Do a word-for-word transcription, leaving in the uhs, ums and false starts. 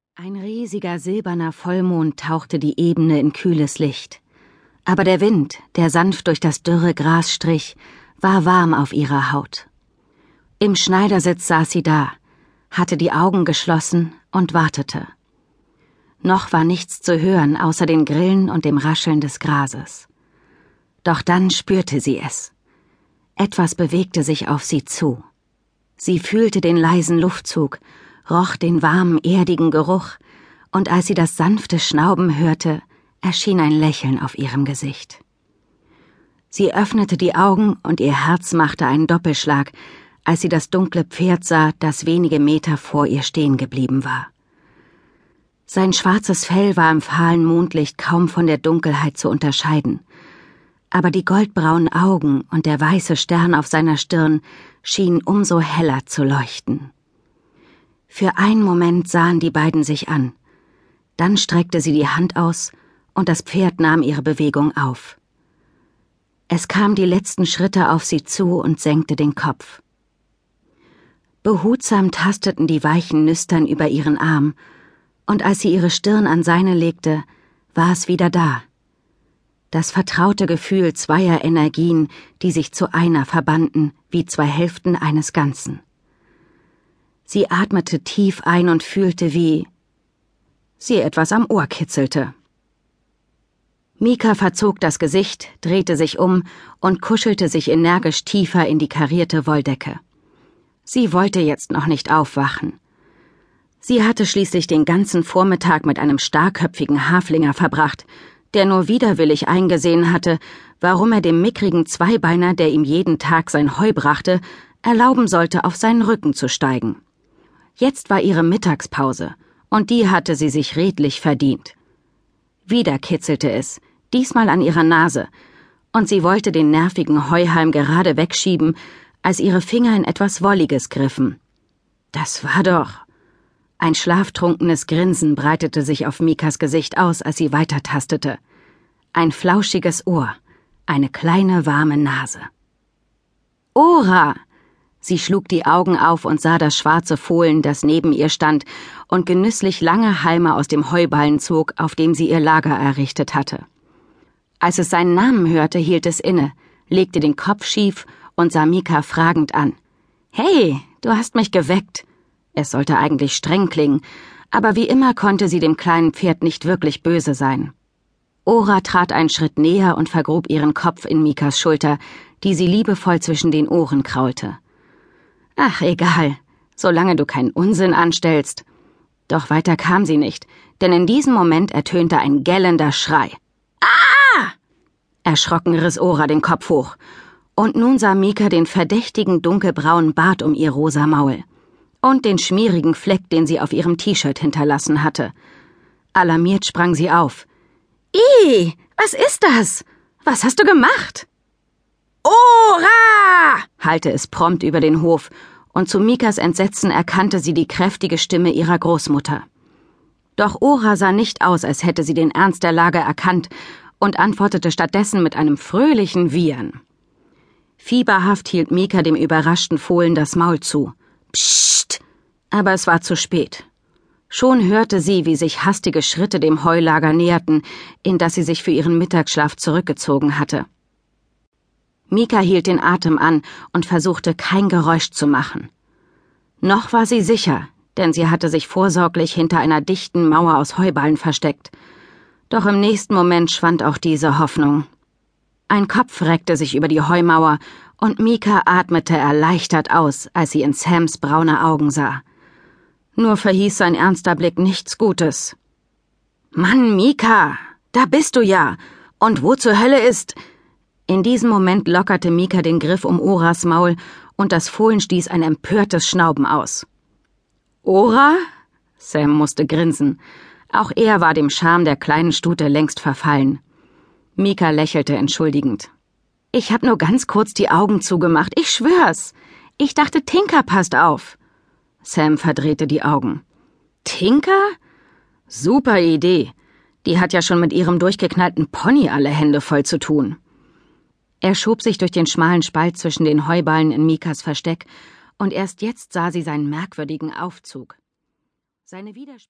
Ein riesiger silberner Vollmond tauchte die Ebene in kühles Licht. Aber der Wind, der sanft durch das dürre Gras strich, war warm auf ihrer Haut. Im Schneidersitz saß sie da, hatte die Augen geschlossen und wartete. Noch war nichts zu hören, außer den Grillen und dem Rascheln des Grases. Doch dann spürte sie es. Etwas bewegte sich auf sie zu. Sie fühlte den leisen Luftzug, roch den warmen, erdigen Geruch, und als sie das sanfte Schnauben hörte, erschien ein Lächeln auf ihrem Gesicht. Sie öffnete die Augen und ihr Herz machte einen Doppelschlag, als sie das dunkle Pferd sah, das wenige Meter vor ihr stehen geblieben war. Sein schwarzes Fell war im fahlen Mondlicht kaum von der Dunkelheit zu unterscheiden, aber die goldbraunen Augen und der weiße Stern auf seiner Stirn schienen umso heller zu leuchten. Für einen Moment sahen die beiden sich an. Dann streckte sie die Hand aus, und das Pferd nahm ihre Bewegung auf. Es kam die letzten Schritte auf sie zu und senkte den Kopf. Behutsam tasteten die weichen Nüstern über ihren Arm, und als sie ihre Stirn an seine legte, war es wieder da. Das vertraute Gefühl zweier Energien, die sich zu einer verbanden, wie zwei Hälften eines Ganzen. Sie atmete tief ein und fühlte, wie sie etwas am Ohr kitzelte. Mika verzog das Gesicht, drehte sich um und kuschelte sich energisch tiefer in die karierte Wolldecke. Sie wollte jetzt noch nicht aufwachen. Sie hatte schließlich den ganzen Vormittag mit einem starrköpfigen Haflinger verbracht, der nur widerwillig eingesehen hatte, warum er dem mickrigen Zweibeiner, der ihm jeden Tag sein Heu brachte, erlauben sollte, auf seinen Rücken zu steigen. Jetzt war ihre Mittagspause, und die hatte sie sich redlich verdient. Wieder kitzelte es, diesmal an ihrer Nase, und sie wollte den nervigen Heuhalm gerade wegschieben, als ihre Finger in etwas Wolliges griffen. Das war doch... Ein schlaftrunkenes Grinsen breitete sich auf Mikas Gesicht aus, als sie weitertastete. Ein flauschiges Ohr, eine kleine warme Nase. »Ora!« Sie schlug die Augen auf und sah das schwarze Fohlen, das neben ihr stand und genüsslich lange Halme aus dem Heuballen zog, auf dem sie ihr Lager errichtet hatte. Als es seinen Namen hörte, hielt es inne, legte den Kopf schief und sah Mika fragend an. »Hey, du hast mich geweckt!« Es sollte eigentlich streng klingen, aber wie immer konnte sie dem kleinen Pferd nicht wirklich böse sein. Ora trat einen Schritt näher und vergrub ihren Kopf in Mikas Schulter, die sie liebevoll zwischen den Ohren kraulte. »Ach, egal, solange du keinen Unsinn anstellst.« Doch weiter kam sie nicht, denn in diesem Moment ertönte ein gellender Schrei. »Ah!« Erschrocken riss Ora den Kopf hoch, und nun sah Mika den verdächtigen dunkelbraunen Bart um ihr rosa Maul und den schmierigen Fleck, den sie auf ihrem T-Shirt hinterlassen hatte. Alarmiert sprang sie auf. »Ih, was ist das? Was hast du gemacht?« »Ora!« hallte es prompt über den Hof, und zu Mikas Entsetzen erkannte sie die kräftige Stimme ihrer Großmutter. Doch Ora sah nicht aus, als hätte sie den Ernst der Lage erkannt und antwortete stattdessen mit einem fröhlichen Wiehern. Fieberhaft hielt Mika dem überraschten Fohlen das Maul zu. »Psst!« Aber es war zu spät. Schon hörte sie, wie sich hastige Schritte dem Heulager näherten, in das sie sich für ihren Mittagsschlaf zurückgezogen hatte. Mika hielt den Atem an und versuchte, kein Geräusch zu machen. Noch war sie sicher, denn sie hatte sich vorsorglich hinter einer dichten Mauer aus Heuballen versteckt. Doch im nächsten Moment schwand auch diese Hoffnung. Ein Kopf reckte sich über die Heumauer, und Mika atmete erleichtert aus, als sie in Sams braune Augen sah. Nur verhieß sein ernster Blick nichts Gutes. »Mann, Mika, da bist du ja! Und wo zur Hölle ist...« In diesem Moment lockerte Mika den Griff um Oras Maul, und das Fohlen stieß ein empörtes Schnauben aus. »Ora?« Sam musste grinsen. Auch er war dem Charme der kleinen Stute längst verfallen. Mika lächelte entschuldigend. »Ich hab nur ganz kurz die Augen zugemacht, ich schwör's. Ich dachte, Tinker passt auf.« Sam verdrehte die Augen. »Tinker? Super Idee. Die hat ja schon mit ihrem durchgeknallten Pony alle Hände voll zu tun.« Er schob sich durch den schmalen Spalt zwischen den Heuballen in Mikas Versteck, und erst jetzt sah sie seinen merkwürdigen Aufzug. Seine Widerspenstige